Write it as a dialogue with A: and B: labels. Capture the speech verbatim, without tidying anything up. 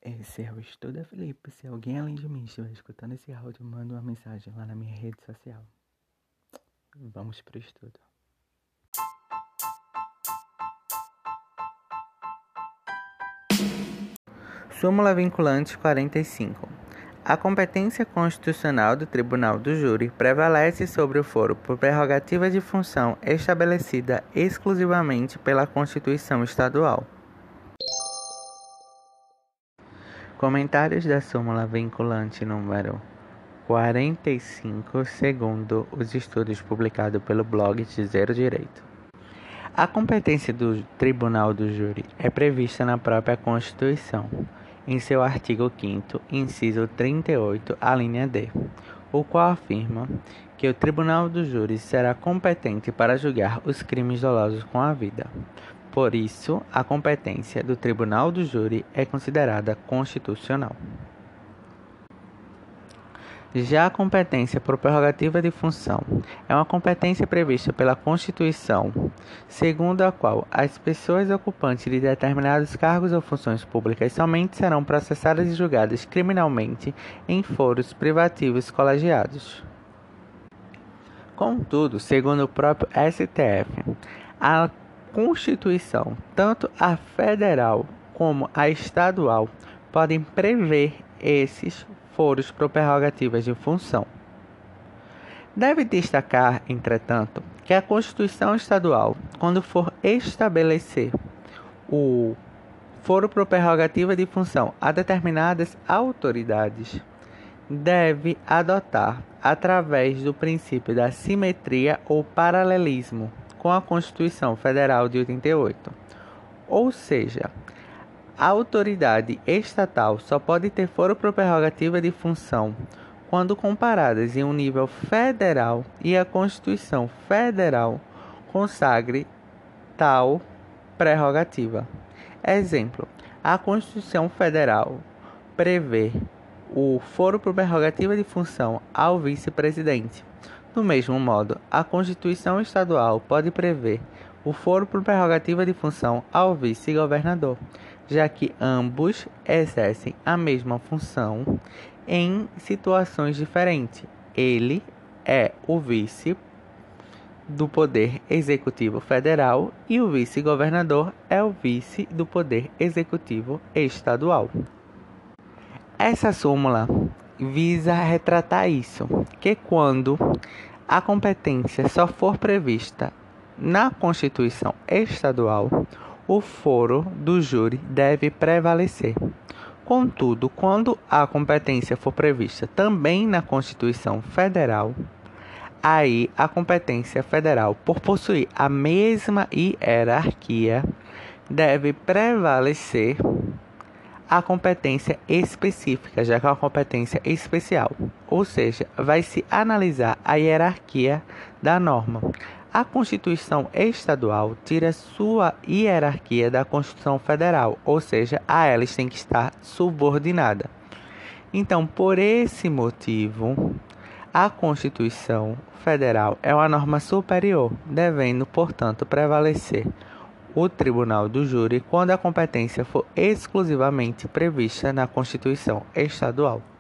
A: Esse é o Estuda Felipe. Se alguém além de mim estiver escutando esse áudio, manda uma mensagem lá na minha rede social. Vamos pro estudo. Súmula vinculante quarenta e cinco. A competência constitucional do Tribunal do Júri prevalece sobre o foro por prerrogativa de função estabelecida exclusivamente pela Constituição Estadual. Comentários da súmula vinculante número quarenta e cinco, segundo os estudos publicados pelo blog Dizer o Direito. A competência do Tribunal do Júri é prevista na própria Constituição, em seu artigo quinto, inciso trinta e oito, a linha D, o qual afirma que o Tribunal do Júri será competente para julgar os crimes dolosos com a vida. Por isso, a competência do Tribunal do Júri é considerada constitucional. Já a competência por prerrogativa de função é uma competência prevista pela Constituição, segundo a qual as pessoas ocupantes de determinados cargos ou funções públicas somente serão processadas e julgadas criminalmente em foros privativos colegiados. Contudo, segundo o próprio S T F, a Constituição, tanto a federal como a estadual, podem prever esses foros por prerrogativas de função. Deve destacar, entretanto, que a Constituição Estadual, quando for estabelecer o foro por prerrogativa de função a determinadas autoridades, deve adotar, através do princípio da simetria ou paralelismo com a Constituição Federal de oitenta e oito, ou seja, a autoridade estatal só pode ter foro por prerrogativa de função quando comparadas em um nível federal e a Constituição Federal consagre tal prerrogativa. Exemplo: a Constituição Federal prevê o foro por prerrogativa de função ao vice-presidente. Do mesmo modo, a Constituição Estadual pode prever o foro por prerrogativa de função ao vice-governador, já que ambos exercem a mesma função em situações diferentes. Ele é o vice do Poder Executivo Federal e o vice-governador é o vice do Poder Executivo Estadual. Essa súmula visa retratar isso, que quando a competência só for prevista na Constituição Estadual, o foro do júri deve prevalecer. Contudo, quando a competência for prevista também na Constituição Federal, aí a competência federal, por possuir a mesma hierarquia, deve prevalecer a competência específica, já que é uma competência especial, ou seja, vai se analisar a hierarquia da norma. A Constituição Estadual tira sua hierarquia da Constituição Federal, ou seja, a elas tem que estar subordinada. Então, por esse motivo, a Constituição Federal é uma norma superior, devendo, portanto, prevalecer o Tribunal do Júri quando a competência for exclusivamente prevista na Constituição Estadual.